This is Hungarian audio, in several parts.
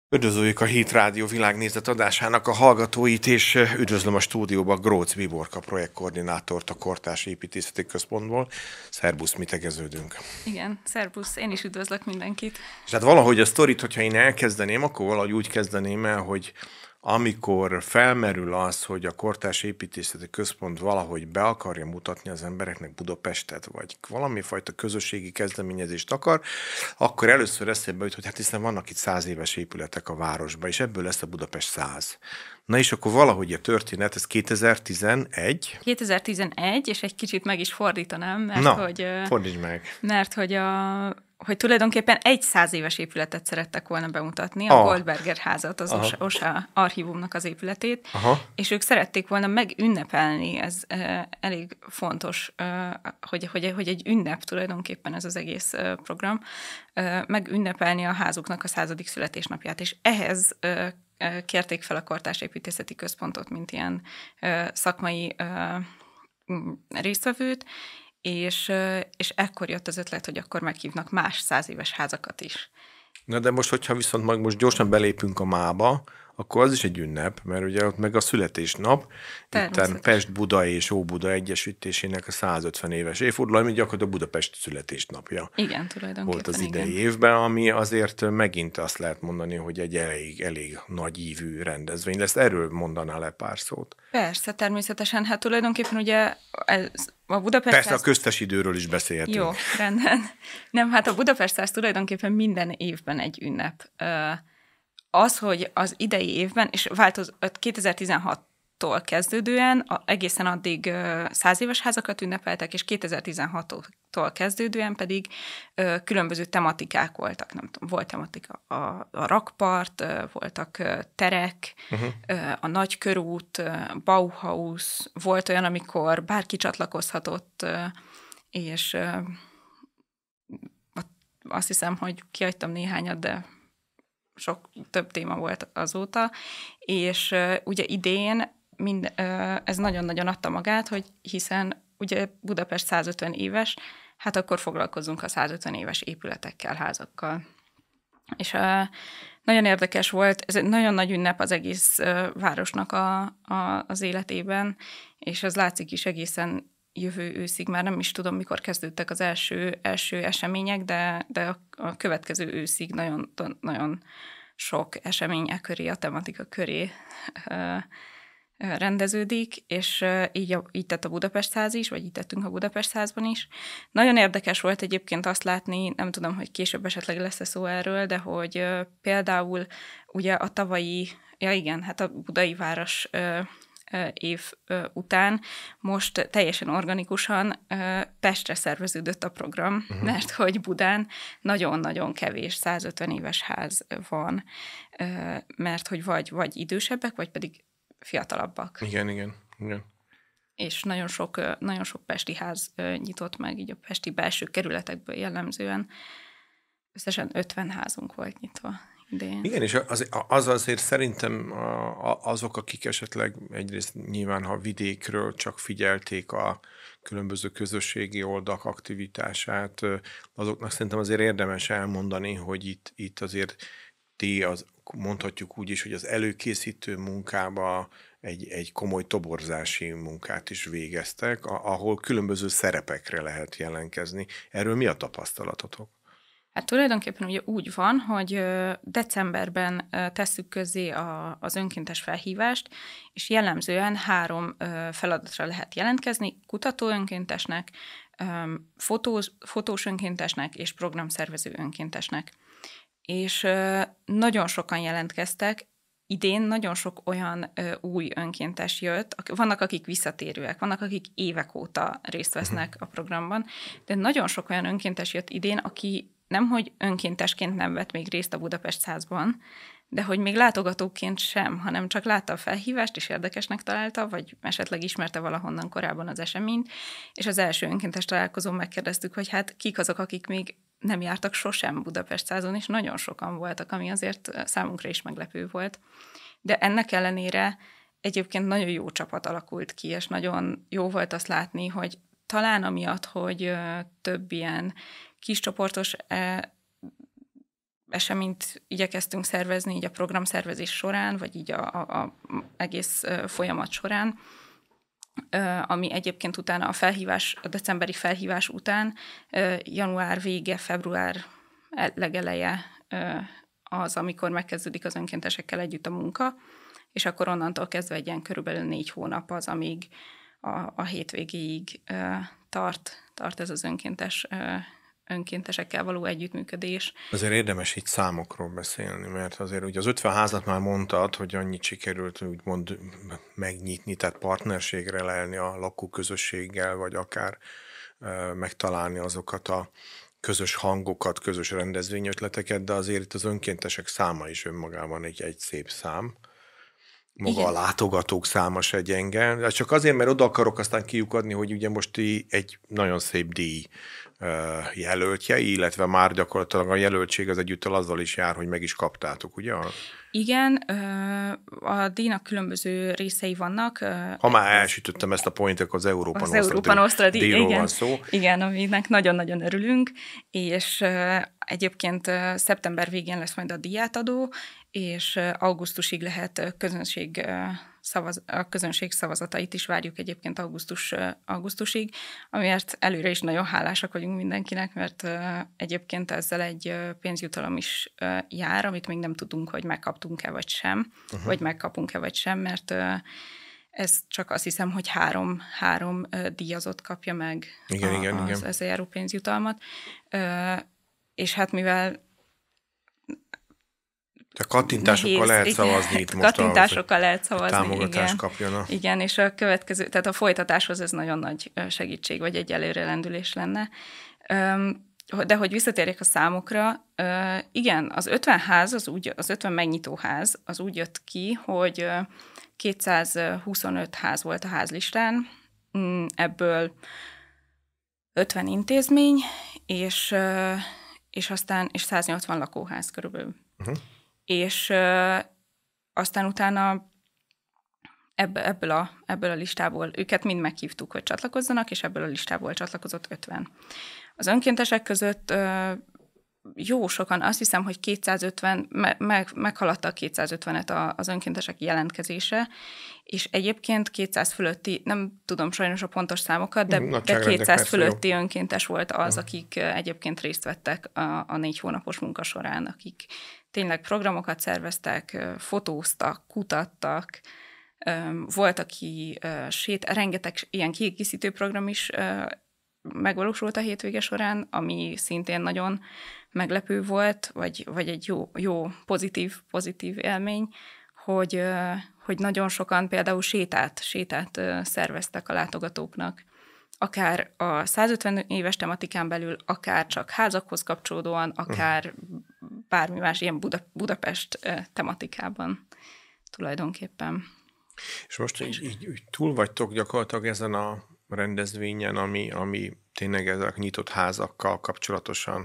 Üdvözöljük a Hit Rádió világnézet adásának a hallgatóit, és üdvözlöm a stúdióban Grócz Viborka projektkoordinátort a Kortárs Építészeti Központból. Szerbusz, mi tegeződünk. Igen, szerbusz, én is üdvözlök mindenkit. És hát valahogy a sztorit, hogyha én elkezdeném, akkor valahogy úgy kezdeném el, hogy amikor felmerül az, hogy a Kortárs Építészeti Központ valahogy be akarja mutatni az embereknek Budapestet, vagy valami fajta közösségi kezdeményezést akar, akkor először eszébe jut, hogy hát hiszen vannak itt 100 éves épületek a városban, és ebből lesz a Budapest 100. Na és akkor valahogy a történet, ez 2011? 2011, és egy kicsit meg is fordítanám, fordítsd meg. Mert hogy tulajdonképpen egy 100 éves épületet szerettek volna bemutatni, a Goldberger házat, az OSA archívumnak az épületét, és ők szerették volna megünnepelni, ez elég fontos, hogy egy ünnep tulajdonképpen ez az egész program, megünnepelni a házuknak a 100. születésnapját, és ehhez kérték fel a Kortárs Építészeti Központot, mint ilyen szakmai résztvevőt, és ekkor jött az ötlet, hogy akkor meghívnak más 100 éves házakat is. Na de hogyha viszont most gyorsan belépünk a mába, akkor az is egy ünnep, mert ugye ott meg a születésnap, itt Pest-Buda és Óbuda egyesítésének a 150 éves évforduló, ami gyakorlatilag a Budapest születésnapja. Igen, tulajdonképpen. Volt az idei évben, ami azért megint azt lehet mondani, hogy egy elég nagy ívű rendezvény lesz. Erről mondanál le pár szót? Persze, természetesen. Hát tulajdonképpen ugye a Budapest... Persze a köztes időről is beszélhetünk. Jó, rendben. Nem, hát a Budapest 100 tulajdonképpen minden évben egy ünnep. Az, hogy az idei évben, és 2016-tól kezdődően, egészen addig 100 éves házakat ünnepeltek, és 2016-tól kezdődően pedig különböző tematikák voltak. Nem tudom, volt tematika a rakpart, voltak terek, a Nagykörút, Bauhaus, volt olyan, amikor bárki csatlakozhatott, és azt hiszem, hogy kihagytam néhányat, de több téma volt azóta, és ugye idén ez nagyon-nagyon adta magát, hogy hiszen ugye Budapest 150 éves, hát akkor foglalkozunk a 150 éves épületekkel, házakkal. És nagyon érdekes volt, ez egy nagyon nagy ünnep az egész városnak az életében, és az látszik is egészen jövő őszig, már nem is tudom, mikor kezdődtek az első események, de a következő őszig nagyon sok esemény köré, a tematika köré rendeződik, és így tett a Budapest 100 is, vagy így tettünk a Budapest 100-ban is. Nagyon érdekes volt egyébként azt látni, nem tudom, hogy később esetleg lesz-e szó erről, de hogy például ugye a tavalyi, hát a budai város év után most teljesen organikusan Pestre szerveződött a program, mert hogy Budán nagyon-nagyon kevés 150 éves ház van, mert hogy vagy idősebbek, vagy pedig fiatalabbak. Igen. És nagyon sok pesti ház nyitott meg, így a pesti belső kerületekből jellemzően. Összesen 50 házunk volt nyitva idén. Igen, és az azért szerintem azok, akik esetleg egyrészt nyilván, ha vidékről csak figyelték a különböző közösségi oldalak aktivitását, azoknak szerintem azért érdemes elmondani, hogy itt azért mondhatjuk úgy is, hogy az előkészítő munkába egy komoly toborzási munkát is végeztek, ahol különböző szerepekre lehet jelentkezni. Erről mi a tapasztalatotok? Hát tulajdonképpen ugye úgy van, hogy decemberben tesszük közzé az önkéntes felhívást, és jellemzően 3 feladatra lehet jelentkezni: kutató önkéntesnek, fotós önkéntesnek és programszervező önkéntesnek. És nagyon sokan jelentkeztek. Idén nagyon sok olyan új önkéntes jött, vannak, akik visszatérőek, vannak, akik évek óta részt vesznek a programban, de nagyon sok olyan önkéntes jött idén, aki nemhogy önkéntesként nem vett még részt a Budapest 100-ban, de hogy még látogatóként sem, hanem csak látta a felhívást, és érdekesnek találta, vagy esetleg ismerte valahonnan korábban az eseményt, és az első önkéntes találkozón megkérdeztük, hogy hát kik azok, akik még nem jártak sosem Budapest 100-on, és nagyon sokan voltak, ami azért számunkra is meglepő volt. De ennek ellenére egyébként nagyon jó csapat alakult ki, és nagyon jó volt azt látni, hogy talán amiatt, hogy több ilyen kiscsoportos eseményt igyekeztünk szervezni így a programszervezés során, vagy így a egész folyamat során, ami egyébként utána a decemberi felhívás után január vége, február legeleje az, amikor megkezdődik az önkéntesekkel együtt a munka, és akkor onnantól kezdve egy ilyen körülbelül 4 hónap az, amíg a hétvégéig tart ez az önkéntesekkel való együttműködés. Azért érdemes itt számokról beszélni, mert azért ugye az 50 házat már mondtad, hogy annyit sikerült úgymond megnyitni, tehát partnerségre lelni a lakóközösséggel, vagy akár megtalálni azokat a közös hangokat, közös rendezvényötleteket, de azért itt az önkéntesek száma is önmagában egy szép szám. Maga a látogatók száma se gyenge. De csak azért, mert oda akarok aztán kiukadni, hogy ugye most egy nagyon szép díj jelöltje, illetve már gyakorlatilag a jelöltség az egyúttal azzal is jár, hogy meg is kaptátok, ugye? Igen, a díjnak különböző részei vannak. Ha már elsütöttem ezt a pointot, az Európa Nostra díjról van szó. Igen, aminek nagyon-nagyon örülünk, és egyébként szeptember végén lesz majd a díjátadó, és augusztusig lehet a közönség szavazatait is várjuk egyébként augusztusig, amiért előre is nagyon hálásak vagyunk mindenkinek, mert egyébként ezzel egy pénzjutalom is jár, amit még nem tudunk, hogy megkaptunk-e vagy sem, vagy megkapunk-e vagy sem, mert ez csak azt hiszem, hogy három díjazott kapja meg az ezzel járó pénzjutalmat. És hát mivel a kattintásokkal lehet szavazni itt most. Kattintásokkal lehet szavazni, támogatást kapjon. Igen, és a következő, tehát a folytatáshoz ez nagyon nagy segítség, vagy egy előrelendülés lenne. De hogy visszatérjek a számokra, igen, az 50 ház, az 50 megnyitó ház, az úgy jött ki, hogy 225 ház volt a házlistán, ebből 50 intézmény, és 180 lakóház körülbelül. És aztán utána ebből a listából őket mind meghívtuk, hogy csatlakozzanak, és ebből a listából csatlakozott 50. Az önkéntesek között jó sokan, azt hiszem, hogy 250, meghaladta a 250-et az önkéntesek jelentkezése, és egyébként 200 fölötti, nem tudom sajnos a pontos számokat, de 200 fölötti önkéntes volt az, akik egyébként részt vettek a 4 hónapos munka során, akik tényleg programokat szerveztek, fotóztak, kutattak, volt, aki rengeteg ilyen kiegészítő program is megvalósult a hétvége során, ami szintén nagyon meglepő volt, vagy egy jó pozitív élmény, hogy nagyon sokan például sétát szerveztek a látogatóknak. Akár a 150 éves tematikán belül, akár csak házakhoz kapcsolódóan, akár bármi más ilyen Budapest tematikában tulajdonképpen. És most így túl vagytok gyakorlatilag ezen a rendezvényen, ami tényleg ezek nyitott házakkal kapcsolatosan.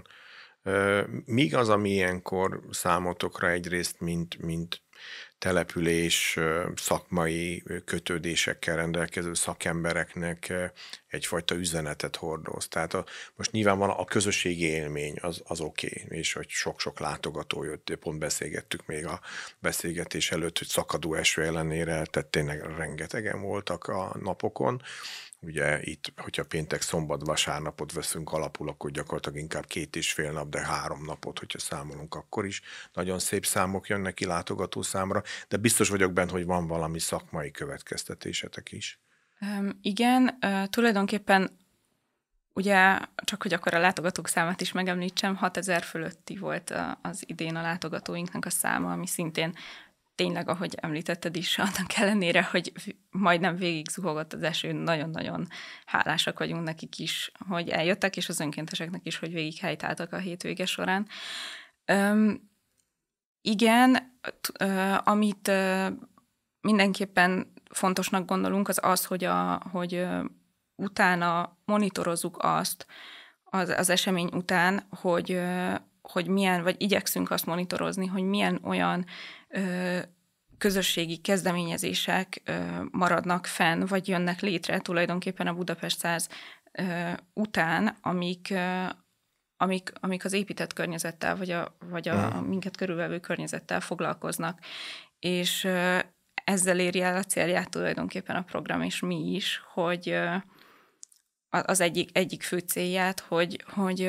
Mi az, ami ilyenkor számotokra egyrészt, mint település, szakmai kötődésekkel rendelkező szakembereknek egyfajta üzenetet hordoz. Tehát most nyilván van a közösségi élmény, az oké, és hogy sok-sok látogató jött, pont beszélgettük még a beszélgetés előtt, hogy szakadó eső ellenére, tehát tényleg rengetegen voltak a napokon. Ugye itt, hogyha péntek, szombat, vasárnapot veszünk alapul, akkor gyakorlatilag inkább 2,5 nap, de 3 napot, hogyha számolunk, akkor is nagyon szép számok jönnek ki látogató számra, de biztos vagyok benne, hogy van valami szakmai következtetésetek is. Igen, tulajdonképpen ugye, csak hogy akkor a látogatók számát is megemlítsem, 6000 fölötti volt az idén a látogatóinknak a száma, ami szintén tényleg, ahogy említetted is, annak ellenére, hogy majdnem végig zuhogott az eső, nagyon-nagyon hálásak vagyunk nekik is, hogy eljöttek, és az önkénteseknek is, hogy végig helytáltak a hétvége során. Igen, amit mindenképpen fontosnak gondolunk, az hogy utána monitorozzuk azt az esemény után, hogy milyen, vagy igyekszünk azt monitorozni, hogy milyen olyan közösségi kezdeményezések maradnak fenn, vagy jönnek létre tulajdonképpen a Budapest 100 után, amik az épített környezettel, vagy a minket körülvevő környezettel foglalkoznak. És ezzel éri el a célját tulajdonképpen a program, és mi is, hogy az egyik fő célját, hogy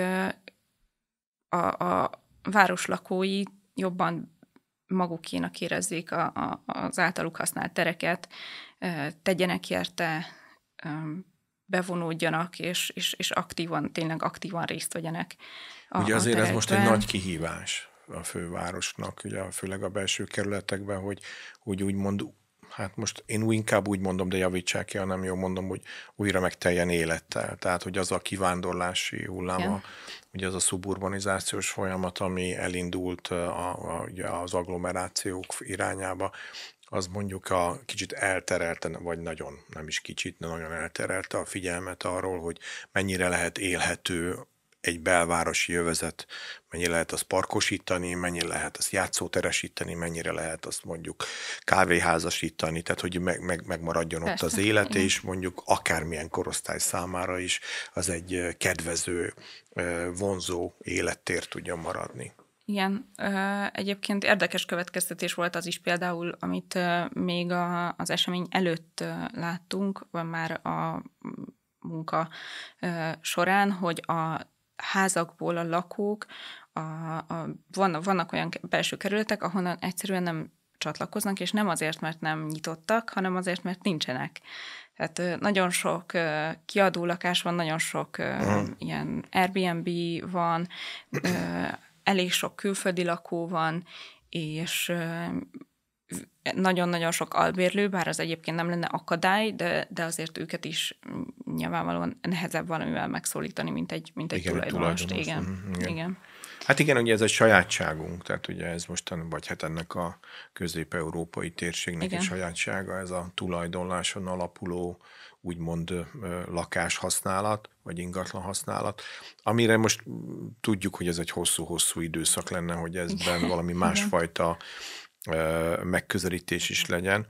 a város lakói jobban magukénak érezzék az általuk használt tereket, tegyenek érte, bevonódjanak, és tényleg aktívan részt vegyenek ugye azért ez most egy nagy kihívás a fővárosnak, ugye főleg a belső kerületekben, hogy úgymond, hát most én inkább úgy mondom, de javítsák ki, ha nem jól mondom, hogy újra megteljen élettel. Tehát, hogy az a kivándorlási hullám, ugye az a szuburbanizációs folyamat, ami elindult ugye az agglomerációk irányába, az mondjuk kicsit elterelte, vagy nagyon, nem is kicsit, de nagyon elterelte a figyelmet arról, hogy mennyire lehet élhető egy belvárosi övezet, mennyire lehet azt parkosítani, mennyire lehet azt játszóteresíteni, mennyire lehet azt mondjuk kávéházasítani, tehát hogy megmaradjon ott az élet, igen. És mondjuk akármilyen korosztály számára is az egy kedvező, vonzó élettér tudjon maradni. Igen, egyébként érdekes következtetés volt az is például, amit még az esemény előtt láttunk, vagy már a munka során, hogy a házakból a lakók, vannak olyan belső kerületek, ahonnan egyszerűen nem csatlakoznak, és nem azért, mert nem nyitottak, hanem azért, mert nincsenek. Tehát nagyon sok kiadó lakás van, nagyon sok ilyen Airbnb van, elég sok külföldi lakó van, és nagyon-nagyon sok albérlő, bár az egyébként nem lenne akadály, de azért őket is nyilvánvalóan nehezebb valamivel megszólítani, mint egy tulajdonost. Igen. Hát igen, ugye ez egy sajátságunk, tehát ugye ez mostan, vagy hát ennek a közép-európai térségnek egy sajátsága, ez a tulajdonláson alapuló úgymond lakáshasználat, vagy ingatlan használat, amire most tudjuk, hogy ez egy hosszú-hosszú időszak lenne, hogy ezben valami másfajta megközelítés is legyen,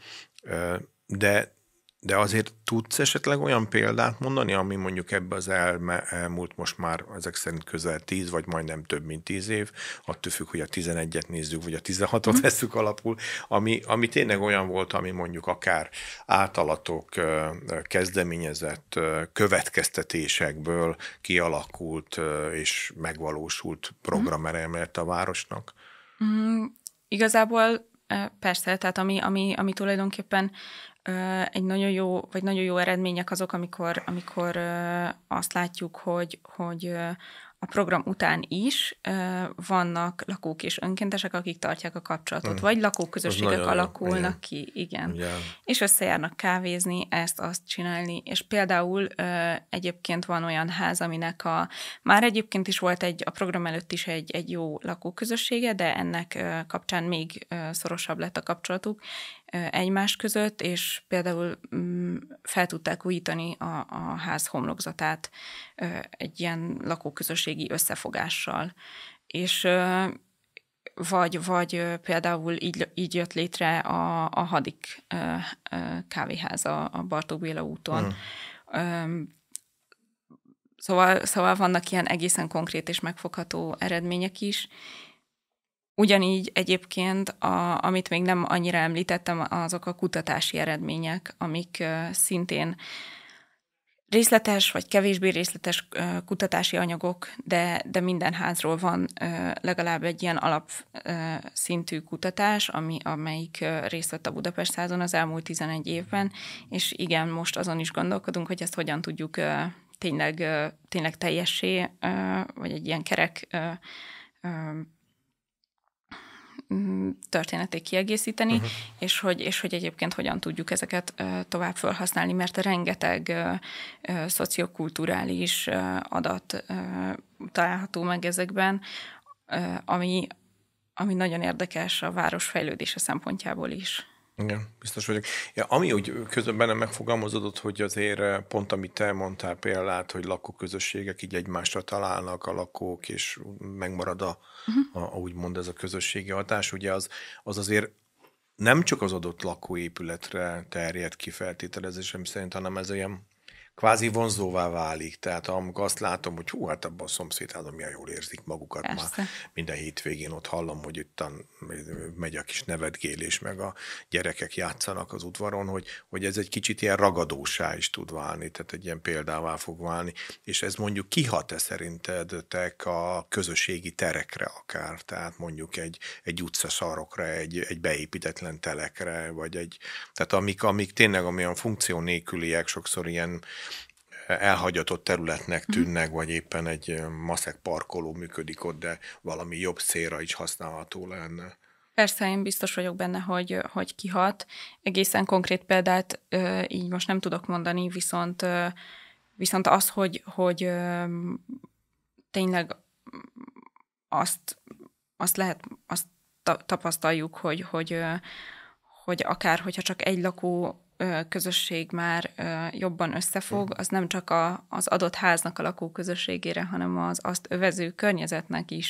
de azért tudsz esetleg olyan példát mondani, ami mondjuk ebbe az elmúlt most már ezek szerint közel 10, vagy majdnem több mint 10 év, attól függ, hogy a 11-et nézzük, vagy a 16-ot vesszük alapul, ami tényleg olyan volt, ami mondjuk akár általatok kezdeményezett következtetésekből kialakult és megvalósult programeremet a városnak? Igazából persze, tehát ami tulajdonképpen egy nagyon jó eredmények azok, amikor azt látjuk, hogy a program után is vannak lakók és önkéntesek, akik tartják a kapcsolatot, vagy lakóközösségek alakulnak ki, igen. És összejárnak kávézni, azt csinálni, és például egyébként van olyan ház, aminek már egyébként is volt a program előtt is egy jó lakóközössége, de ennek kapcsán még szorosabb lett a kapcsolatuk egymás között, és például fel tudták újítani a ház homlokzatát egy ilyen lakóközösségi összefogással. És vagy például így jött létre a Hadik kávéház a Bartók Béla úton. Szóval vannak ilyen egészen konkrét és megfogható eredmények is. Ugyanígy egyébként, amit még nem annyira említettem, azok a kutatási eredmények, amik szintén részletes vagy kevésbé részletes kutatási anyagok, de minden házról van legalább egy ilyen alapszintű kutatás, amelyik részt vett a Budapest Százon az elmúlt 11 évben, és igen, most azon is gondolkodunk, hogy ezt hogyan tudjuk tényleg teljessé, vagy egy ilyen kerek történetét kiegészíteni, és hogy egyébként hogyan tudjuk ezeket tovább felhasználni, mert rengeteg szociokulturális adat található meg ezekben, ami nagyon érdekes a város fejlődése szempontjából is. Igen, biztos vagyok. Ja, ami úgy közben bennem megfogalmazódott, hogy azért pont amit te mondtál példát, hogy lakóközösségek így egymásra találnak a lakók, és megmarad úgymond ez a közösségi hatás, ugye az azért nem csak az adott lakóépületre terjed ki feltételezésem szerint, hanem ez olyan kvázi vonzóvá válik. Tehát amikor azt látom, hogy hú, hát abban a szomszédházban milyen jól érzik magukat, már Persze. minden hétvégén ott hallom, hogy itt megy a kis nevetgélés, meg a gyerekek játszanak az udvaron, hogy ez egy kicsit ilyen ragadósá is tud válni, tehát egy ilyen példává fog válni, és ez mondjuk kihat-e szerintetek a közösségi terekre akár, tehát mondjuk egy utcasarokra, egy beépítetlen telekre, vagy tehát amik tényleg amilyen funkció nélküliek, sokszor ilyen elhagyatott területnek tűnnek, vagy éppen egy maszek parkoló működik ott, de valami jobb célra is használható lenne. Persze, én biztos vagyok benne, hogy kihat. Egészen konkrét példát így most nem tudok mondani, viszont az, hogy tényleg azt tapasztaljuk, hogy akár, hogyha csak egy lakó közösség már jobban összefog, az nem csak az adott háznak a lakóközösségére, hanem az azt övező környezetnek is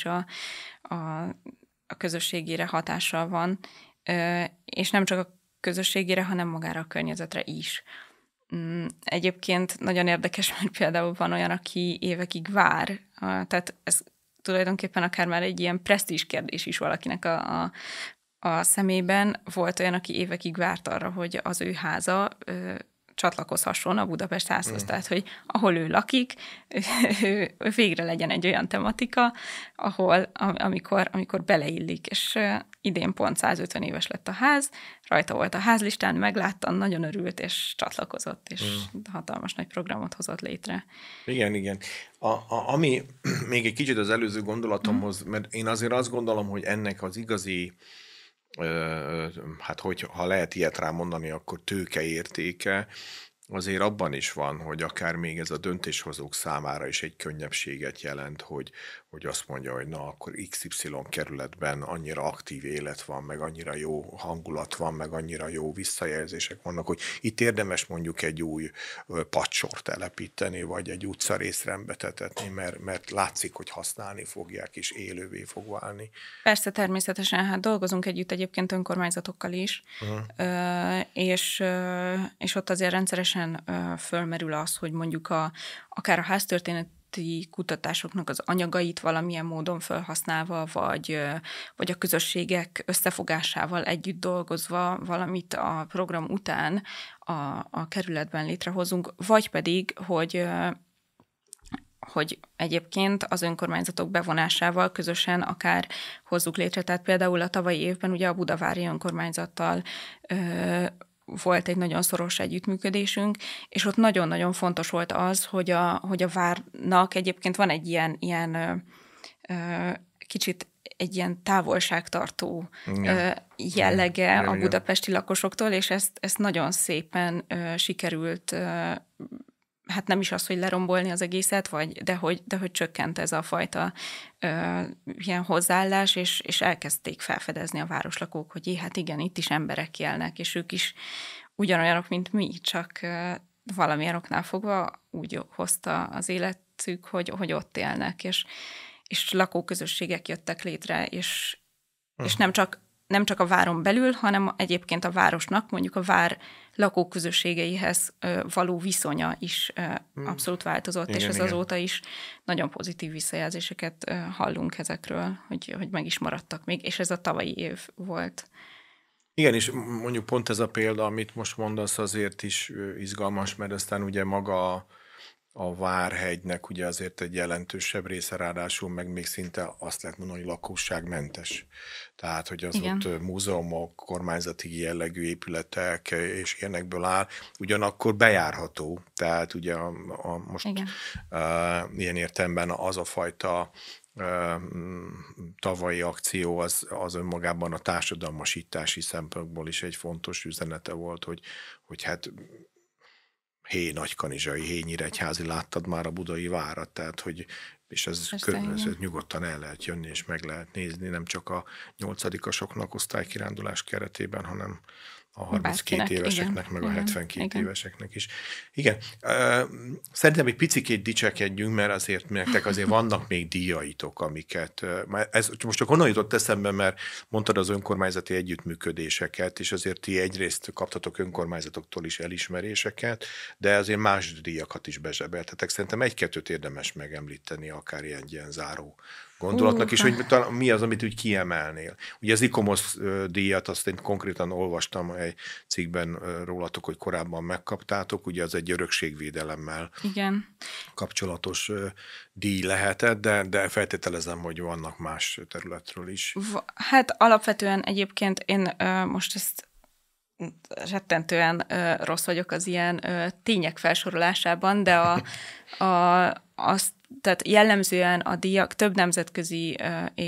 a közösségére hatással van, és nem csak a közösségére, hanem magára a környezetre is. Egyébként nagyon érdekes, mert például van olyan, aki évekig vár, tehát ez tulajdonképpen akár már egy ilyen presztízs kérdés is valakinek a szemében. Volt olyan, aki évekig várt arra, hogy az ő háza csatlakozhasson a Budapest házhoz. Tehát, hogy ahol ő lakik, végre legyen egy olyan tematika, amikor beleillik. És idén pont 150 éves lett a ház, rajta volt a házlistán, meglátta, nagyon örült, és csatlakozott, és hatalmas nagy programot hozott létre. Igen. Ami még egy kicsit az előző gondolatomhoz, mert én azért azt gondolom, hogy ennek az igazi, hát ha lehet ilyet rá mondani, akkor tőkeértéke, azért abban is van, hogy akár még ez a döntéshozók számára is egy könnyebbséget jelent, hogy azt mondja, hogy na, akkor XY kerületben annyira aktív élet van, meg annyira jó hangulat van, meg annyira jó visszajelzések vannak, hogy itt érdemes mondjuk egy új padsort telepíteni, vagy egy utcarészt rendbetetetni, mert látszik, hogy használni fogják, és élővé fog válni. Persze, természetesen, hát dolgozunk együtt egyébként önkormányzatokkal is, és ott azért rendszeresen fölmerül az, hogy mondjuk akár a háztörténeti kutatásoknak az anyagait valamilyen módon felhasználva, vagy a közösségek összefogásával együtt dolgozva valamit a program után a kerületben létrehozunk, vagy pedig, hogy egyébként az önkormányzatok bevonásával közösen akár hozzuk létre. Tehát például a tavalyi évben ugye a budavári önkormányzattal volt egy nagyon szoros együttműködésünk, és ott nagyon-nagyon fontos volt az, hogy a várnak egyébként van egy ilyen kicsit egy ilyen távolságtartó jellege a budapesti lakosoktól, és ezt nagyon szépen sikerült, hát nem is az, hogy lerombolni az egészet, de hogy csökkent ez a fajta ilyen hozzáállás, és elkezdték felfedezni a városlakók, hogy hát igen, itt is emberek élnek, és ők is ugyanolyanok, mint mi, csak valamilyen oknál fogva úgy hozta az életük, hogy ott élnek, és lakóközösségek jöttek létre, és nem csak a váron belül, hanem egyébként a városnak, mondjuk a vár lakóközösségeihez való viszonya is abszolút változott, és ez azóta is nagyon pozitív visszajelzéseket hallunk ezekről, hogy meg is maradtak még, és ez a tavalyi év volt. Igen, és mondjuk pont ez a példa, amit most mondasz, azért is izgalmas, mert aztán ugye maga a Várhegynek ugye azért egy jelentősebb része, ráadásul meg még szinte azt lehet mondani, hogy lakosságmentes. Tehát, hogy az ott múzeumok, kormányzati jellegű épületek és ilyenekből áll, ugyanakkor bejárható. Tehát ugye most ilyen értelemben az a fajta tavalyi akció az önmagában a társadalmasítási szempontból is egy fontos üzenete volt, hogy hát Nagykanizsai, Nyíregyházi, láttad már a budai várat, tehát hogy és ez nyugodtan el lehet jönni, és meg lehet nézni, nem csak a 8-asoknak osztálykirándulás keretében, hanem a 32 Bárkinek, éveseknek, igen, meg a igen, 72 igen. éveseknek is. Igen. Szerintem egy picikét dicsekedjünk, mert azért nektek azért vannak még díjaitok, amiket... Ez most csak onnan jutott eszembe, mert mondtad az önkormányzati együttműködéseket, és azért ti egyrészt kaptatok önkormányzatoktól is elismeréseket, de azért más díjakat is bezsebeltetek. Szerintem egy-kettőt érdemes megemlíteni, akár ilyen záró gondolatnak, és hogy mi az, amit úgy kiemelnél. Ugye az ICOMOS díjat, azt én konkrétan olvastam egy cikkben rólatok, hogy korábban megkaptátok, ugye az egy örökségvédelemmel kapcsolatos díj lehetett, de feltételezem, hogy vannak más területről is. Hát alapvetően egyébként én most ezt rettentően rossz vagyok az ilyen tények felsorolásában, de tehát jellemzően a díjak több nemzetközi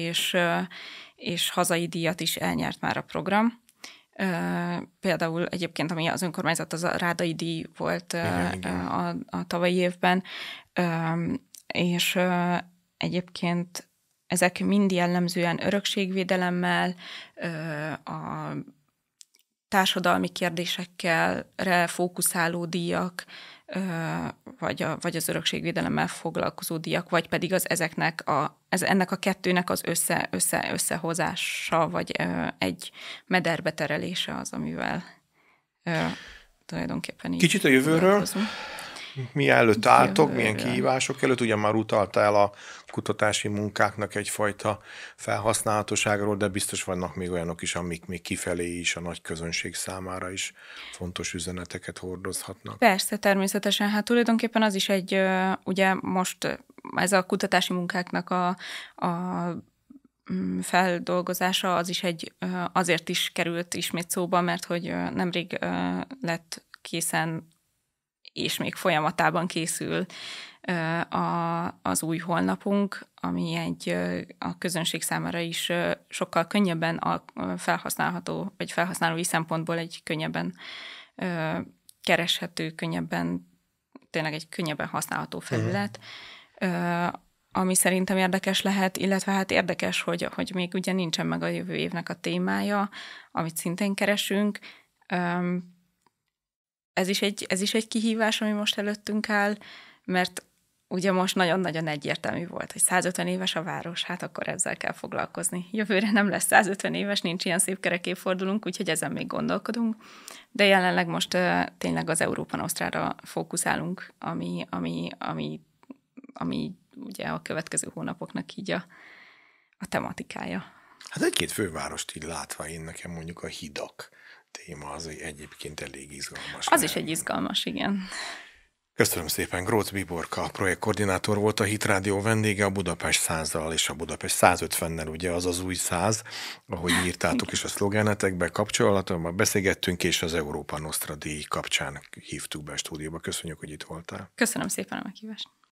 és hazai díjat is elnyert már a program. Például egyébként, ami az önkormányzat, az a Rádai díj volt a tavalyi évben, és egyébként ezek mind jellemzően örökségvédelemmel, a társadalmi kérdésekkel fókuszáló díjak, vagy az örökségvédelemmel foglalkozó díjak, vagy pedig ennek a kettőnek az összehozása, vagy egy mederbe terelése az, amivel tulajdonképpen így kicsit a jövőről. Mi előtt álltok, milyen kihívások előtt? Ugyan már utaltál a kutatási munkáknak egyfajta felhasználhatóságról, de biztos vannak még olyanok is, amik még kifelé is a nagy közönség számára is fontos üzeneteket hordozhatnak. Persze, természetesen. Hát tulajdonképpen az is egy, ugye most ez a kutatási munkáknak a feldolgozása az is azért is került ismét szóba, mert hogy nemrég lett készen és még folyamatában készül az új honlapunk, ami a közönség számára is sokkal könnyebben felhasználható, vagy felhasználói szempontból egy könnyebben kereshető, tényleg egy könnyebben használható felület, ami szerintem érdekes lehet, illetve hát érdekes, hogy még ugye nincsen meg a jövő évnek a témája, amit szintén keresünk. Ez is egy kihívás, ami most előttünk áll, mert ugye most nagyon-nagyon egyértelmű volt, hogy 150 éves a város, hát akkor ezzel kell foglalkozni. Jövőre nem lesz 150 éves, nincs ilyen szép kerek évfordulunk, úgyhogy ezen még gondolkodunk. De jelenleg most tényleg az Európa Nostrára fókuszálunk, ami ugye a következő hónapoknak így a tematikája. Hát egy-két fővárost így látva én nekem mondjuk a hidak téma az egyébként elég izgalmas. Az is egy izgalmas, igen. Köszönöm szépen. Grócz Biborka, projektkoordinátor volt, a Hit Rádió vendége, a Budapest 100-zal és a Budapest 150-nel, ugye az az új 100, ahogy írtátok is a szlogenetekbe, kapcsolatban beszélgettünk, és az Európa Nostra díj kapcsán hívtuk be a stúdióba. Köszönjük, hogy itt voltál. Köszönöm szépen a meghívást.